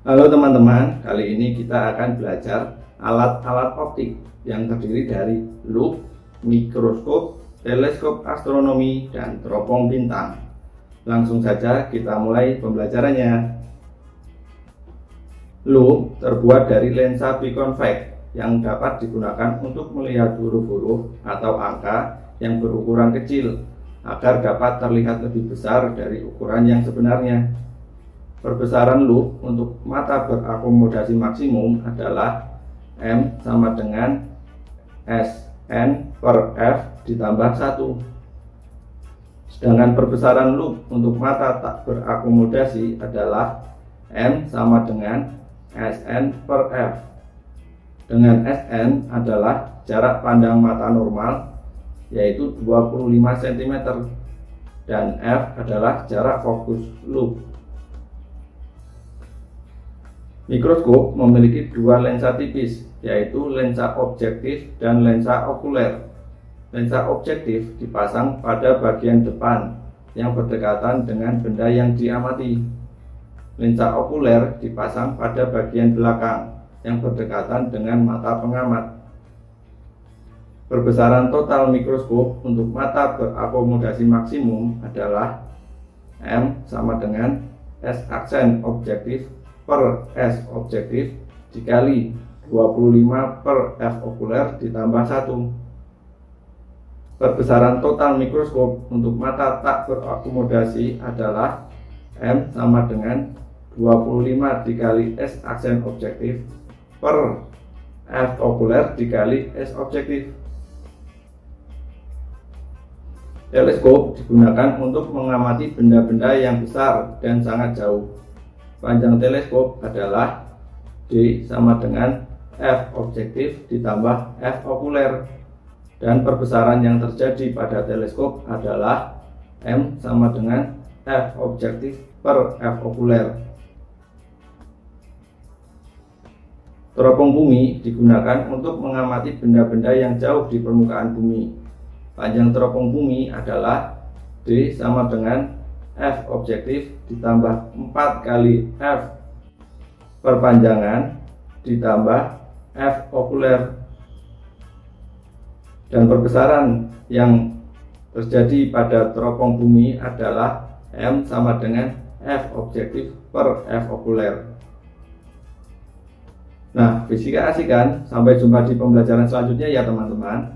Halo teman-teman, kali ini kita akan belajar alat-alat optik yang terdiri dari loop, mikroskop, teleskop astronomi, dan teropong bintang. Langsung saja kita mulai pembelajarannya. Loop terbuat dari lensa biconvex yang dapat digunakan untuk melihat huruf-huruf atau angka yang berukuran kecil agar dapat terlihat lebih besar dari ukuran yang sebenarnya. Perbesaran loop untuk mata berakomodasi maksimum adalah M sama dengan Sn per F ditambah 1. Sedangkan perbesaran loop untuk mata tak berakomodasi adalah M sama dengan Sn per F. Dengan Sn adalah jarak pandang mata normal, yaitu 25 cm, dan F adalah jarak fokus loop. Mikroskop memiliki dua lensa tipis, yaitu lensa objektif dan lensa okuler. Lensa objektif dipasang pada bagian depan yang berdekatan dengan benda yang diamati. Lensa okuler dipasang pada bagian belakang yang berdekatan dengan mata pengamat. Perbesaran total mikroskop untuk mata berakomodasi maksimum adalah M sama dengan S aksen objektif per S objektif dikali 25 per F okuler ditambah 1. Perbesaran total mikroskop untuk mata tak berakomodasi adalah M sama dengan 25 dikali S aksen objektif per F okuler dikali S objektif. Teleskop digunakan untuk mengamati benda-benda yang besar dan sangat jauh. Panjang teleskop adalah D sama dengan F objektif ditambah F okuler, dan perbesaran yang terjadi pada teleskop adalah M sama dengan F objektif per F okuler. Teropong bumi digunakan untuk mengamati benda-benda yang jauh di permukaan bumi. Panjang teropong bumi adalah D sama dengan F objektif ditambah 4 kali F perpanjangan ditambah F okuler, dan perbesaran yang terjadi pada teropong bumi adalah M sama dengan F objektif per F okuler. Nah, fisika asik kan? Sampai jumpa di pembelajaran selanjutnya ya teman-teman.